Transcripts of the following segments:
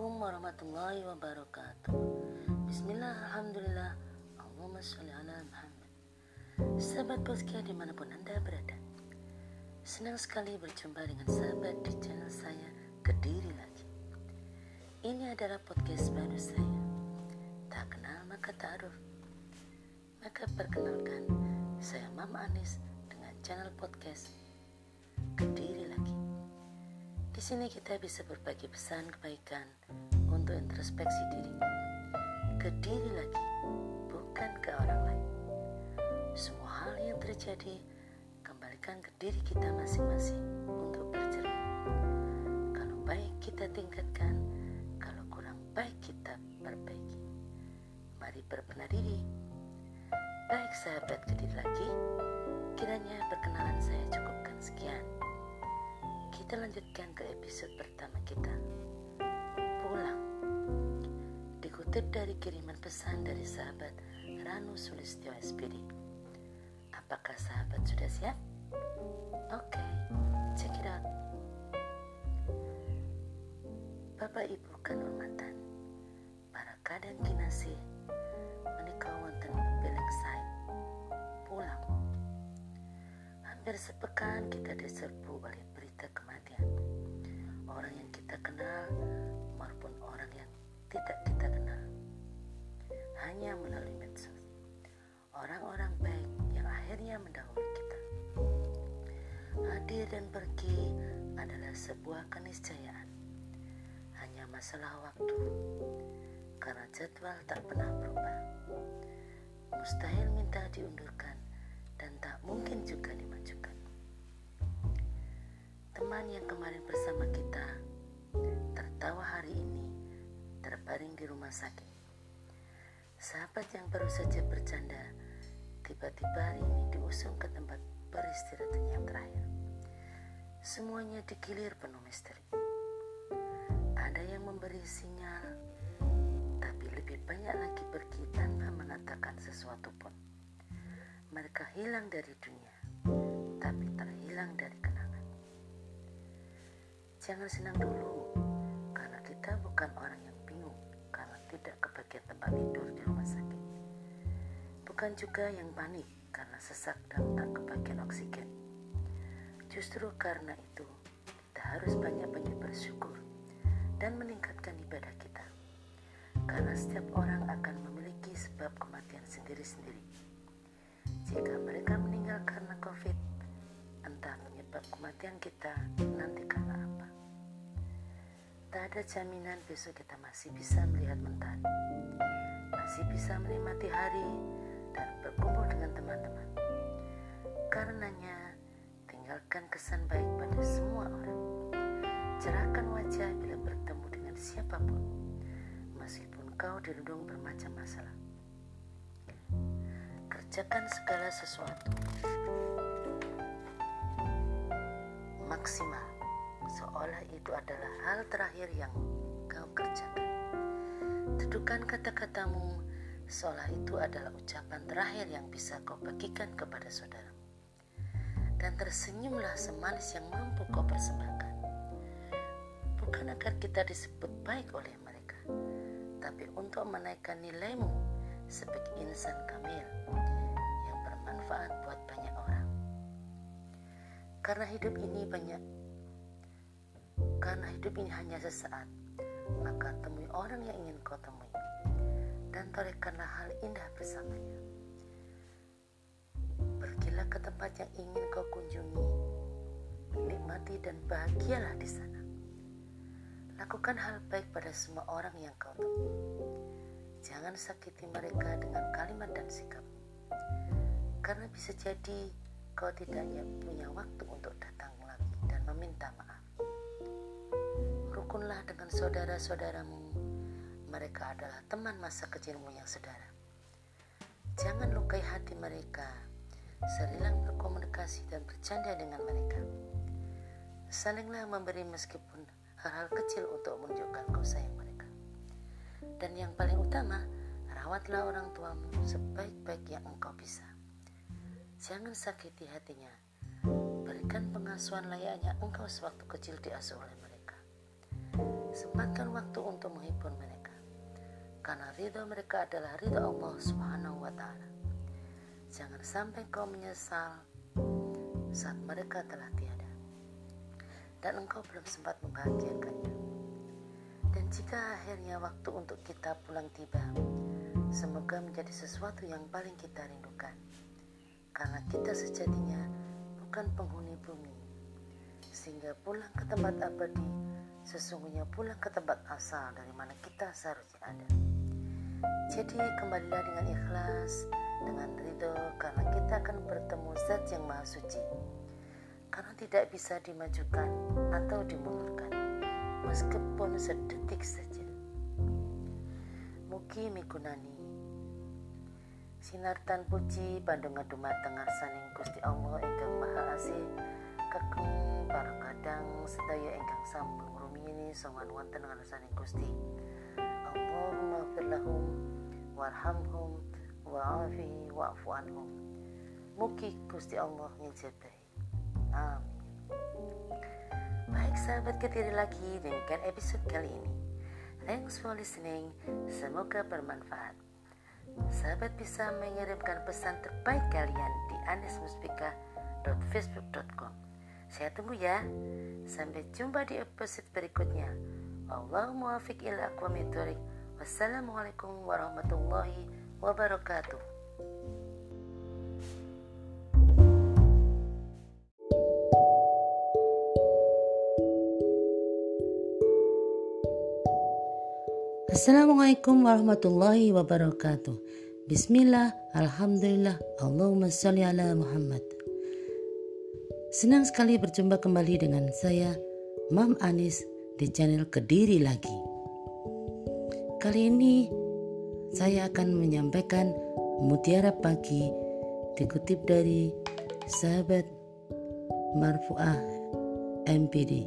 Assalamualaikum warahmatullahi wabarakatuh. Bismillah, alhamdulillah, Allahumma sholli ala Muhammad. Sahabat podcast dimanapun Anda berada, senang sekali berjumpa dengan sahabat di channel saya Kediri Lagi. Ini adalah podcast baru saya, tak kenal maka ta'aruf. Maka perkenalkan, saya Mama Anis dengan channel podcast Kediri Lagi. Di sini kita bisa berbagi pesan kebaikan untuk introspeksi diri. Ke diri lagi, bukan ke orang lain. Semua hal yang terjadi, kembalikan ke diri kita masing-masing untuk bercermin. Kalau baik kita tingkatkan, kalau kurang baik kita perbaiki. Mari berbenah diri. Baik sahabat ke diri lagi, kiranya perkenalan saya cukupkan sekian. Kita lanjutkan ke episode pertama kita, pulang. Dikutip dari kiriman pesan dari sahabat Ranu Sulistyo SPD. Apakah sahabat sudah siap? Oke, check it out. Bapak Ibu kanurmatan, para kadang kinasih, menikah wonten beleng sae, pulang. Hampir sepekan kita diserbu oleh berita kematian. Orang yang kita kenal maupun orang yang tidak kita kenal. Hanya melalui medsos. Orang-orang baik yang akhirnya mendahului kita. Hadir dan pergi adalah sebuah keniscayaan. Hanya masalah waktu. Karena jadwal tak pernah berubah. Mustahil minta diundurkan dan tak mungkin juga dimajukan. Teman yang kemarin bersama kita tertawa hari ini terbaring di rumah sakit. Sahabat yang baru saja bercanda tiba-tiba hari ini diusung ke tempat peristirahatan yang terakhir. Semuanya digilir penuh misteri. Ada yang memberi sinyal, tapi lebih banyak lagi pergi tanpa mengatakan sesuatu pun. Mereka hilang dari dunia, tapi terhilang dari kenangan. Jangan senang dulu, karena kita bukan orang yang bingung karena tidak kebagian tempat tidur di rumah sakit. Bukan juga yang panik karena sesak dan tak kebagian oksigen. Justru karena itu, kita harus banyak-banyak bersyukur dan meningkatkan ibadah kita. Karena setiap orang akan memiliki sebab kematian sendiri-sendiri. Jika mereka meninggal karena COVID, entah penyebab kematian kita nanti karena apa. Tak ada jaminan besok kita masih bisa melihat mentari, masih bisa menikmati hari dan berkumpul dengan teman-teman. Karenanya, tinggalkan kesan baik pada semua orang. Cerahkan wajah bila bertemu dengan siapapun, meskipun kau dirundung bermacam masalah. Kerjakan segala sesuatu maksimal, seolah itu adalah hal terakhir yang kau kerjakan. Dudukan kata-katamu seolah itu adalah ucapan terakhir yang bisa kau bagikan kepada saudaramu. Dan tersenyumlah semanis yang mampu kau persembahkan. Bukan agar kita disebut baik oleh mereka, tapi untuk menaikkan nilaimu sebagai insan kamil yang bermanfaat buat banyak orang. Karena hidup ini hanya sesaat, maka temui orang yang ingin kau temui dan torehkanlah hal indah bersamanya. Pergilah ke tempat yang ingin kau kunjungi, nikmati dan bahagialah di sana. Lakukan hal baik pada semua orang yang kau temui. Jangan sakiti mereka dengan kalimat dan sikap, karena bisa jadi kau tidak punya waktu untuk datang lagi dan meminta maaf. Rukunlah dengan saudara-saudaramu. Mereka adalah teman masa kecilmu yang sedara. Jangan lukai hati mereka. Serilah berkomunikasi dan bercanda dengan mereka. Salinglah memberi meskipun hal-hal kecil untuk menunjukkan kau sayang mereka. Dan yang paling utama, rawatlah orang tuamu sebaik-baik yang engkau bisa. Jangan sakiti hatinya. Berikan pengasuhan layaknya engkau sewaktu kecil diasuh oleh mereka. Sempatkan waktu untuk menghibur mereka, karena ridho mereka adalah ridho Allah Subhanahu wa Ta'ala. Jangan sampai kau menyesal saat mereka telah tiada dan engkau belum sempat membahagiakannya. Dan jika akhirnya waktu untuk kita pulang tiba, semoga menjadi sesuatu yang paling kita rindukan, karena kita sejatinya bukan penghuni bumi, sehingga pulang ke tempat abadi sesungguhnya pulang ke tempat asal dari mana kita seharusnya ada. Jadi kembalilah dengan ikhlas, dengan ridho, karena kita akan bertemu Zat yang Maha Suci, karena tidak bisa dimajukan atau dimundurkan meskipun sedetik saja. Mugi migunani sinartan puji pandonga dumateng ngarsaning Gusti Allah ingkang Maha Asih kakung para kadang sedaya ingkang sampun ngrumiyin sowan wonten ngarsaning Gusti. Allahumma ighfir lahum warhamhum wa'afi wa'fu anhum. Mugi Gusti Allah ngijabahi. Amin. Baik sahabat Kediri lagi, demikian episode kali ini. Thanks for listening. Semoga bermanfaat. Sahabat bisa mengirimkan pesan terbaik kalian di anesmuspika.facebook.com. Saya tunggu ya. Sampai jumpa di episode berikutnya. Wallahu muwaffiq ila aqwamit thoriq. Wassalamualaikum warahmatullahi wabarakatuh. Assalamualaikum warahmatullahi wabarakatuh. Bismillah, alhamdulillah, Allahumma sholli ala Muhammad. Senang sekali berjumpa kembali dengan saya, Mam Anis, di channel Kediri Lagi. Kali ini saya akan menyampaikan mutiara pagi dikutip dari sahabat Marfu'ah MPD.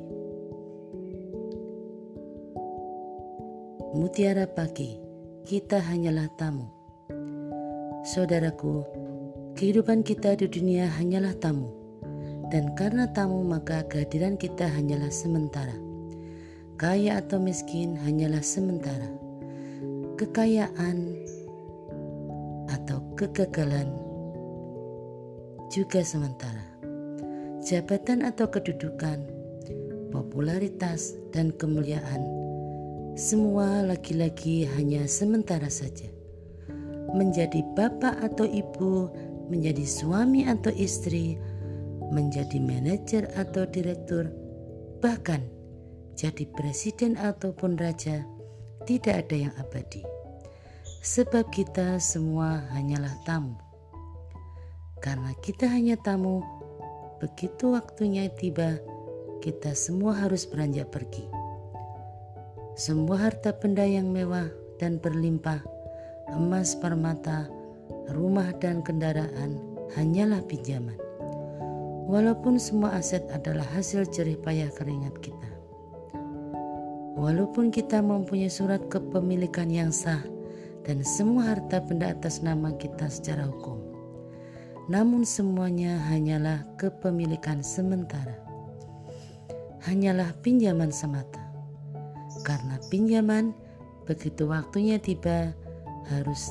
Mutiara pagi, kita hanyalah tamu. Saudaraku, kehidupan kita di dunia hanyalah tamu, dan karena tamu maka kehadiran kita hanyalah sementara. Kaya atau miskin hanyalah sementara. Kekayaan atau kegagalan juga sementara. Jabatan atau kedudukan, popularitas dan kemuliaan, semua lagi-lagi hanya sementara saja. Menjadi bapak atau ibu, menjadi suami atau istri, menjadi manajer atau direktur, bahkan jadi presiden ataupun raja, tidak ada yang abadi. Sebab kita semua hanyalah tamu. Karena kita hanya tamu, begitu waktunya tiba, kita semua harus beranjak pergi. Semua harta benda yang mewah dan berlimpah, emas, permata, rumah dan kendaraan hanyalah pinjaman. Walaupun semua aset adalah hasil jerih payah keringat kita. Walaupun kita mempunyai surat kepemilikan yang sah dan semua harta benda atas nama kita secara hukum, namun semuanya hanyalah kepemilikan sementara. Hanyalah pinjaman semata. Karena pinjaman begitu waktunya tiba harus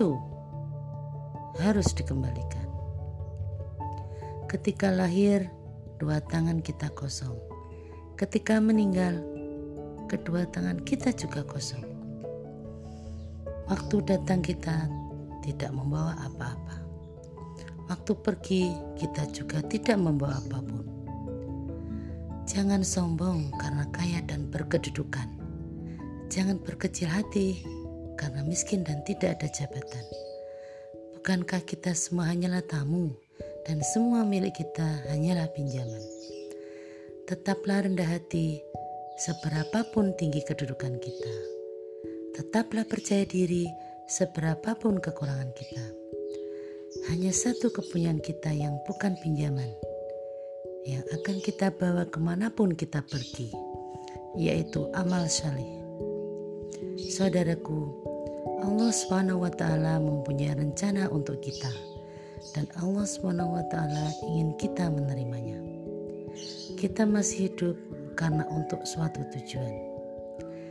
dikembalikan. Ketika lahir, dua tangan kita kosong. Ketika meninggal, kedua tangan kita juga kosong. Waktu datang kita tidak membawa apa-apa. Waktu pergi kita juga tidak membawa apapun. Jangan sombong karena kaya dan berkedudukan. Jangan berkecil hati karena miskin dan tidak ada jabatan. Bukankah kita semua hanyalah tamu dan semua milik kita hanyalah pinjaman? Tetaplah rendah hati seberapapun tinggi kedudukan kita. Tetaplah percaya diri seberapapun kekurangan kita. Hanya satu kepunyaan kita yang bukan pinjaman, yang akan kita bawa kemanapun kita pergi, yaitu amal saleh. Saudaraku, Allah SWT mempunyai rencana untuk kita, dan Allah SWT ingin kita menerimanya. Kita masih hidup karena untuk suatu tujuan.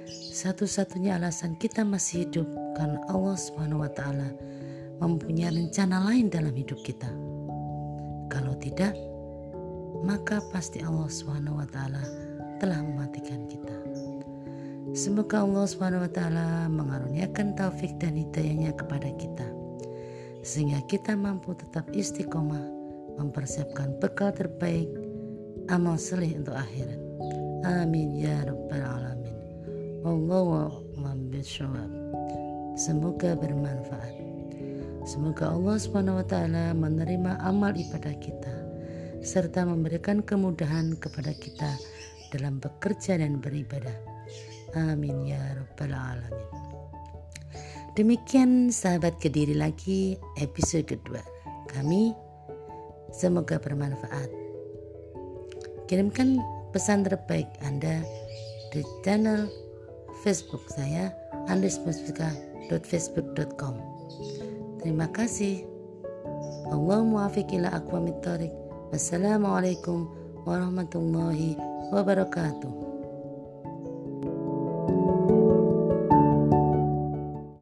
Satu-satunya alasan kita masih hidup karena Allah Subhanahu wa Ta'ala mempunyai rencana lain dalam hidup kita. Kalau tidak, maka pasti Allah Subhanahu wa Ta'ala telah mematikan kita. Semoga Allah Subhanahu wa Ta'ala mengaruniakan taufik dan hidayahnya kepada kita, sehingga kita mampu tetap istiqomah mempersiapkan bekal terbaik, amal soleh untuk akhirat. Amin ya rabbal alamin. Wallahu a'lam bishawab. Semoga bermanfaat. Semoga Allah Subhanahu wa Ta'ala menerima amal ibadah kita serta memberikan kemudahan kepada kita dalam bekerja dan beribadah. Amin ya rabbal alamin. Demikian sahabat Kediri lagi episode kedua kami. Semoga bermanfaat. Kirimkan pesan terbaik Anda di channel Facebook saya andesmusfika.facebook.com. Terima kasih. Allahumma muwafiq ila aqwamit thoriq. Wassalamualaikum warahmatullahi wabarakatuh.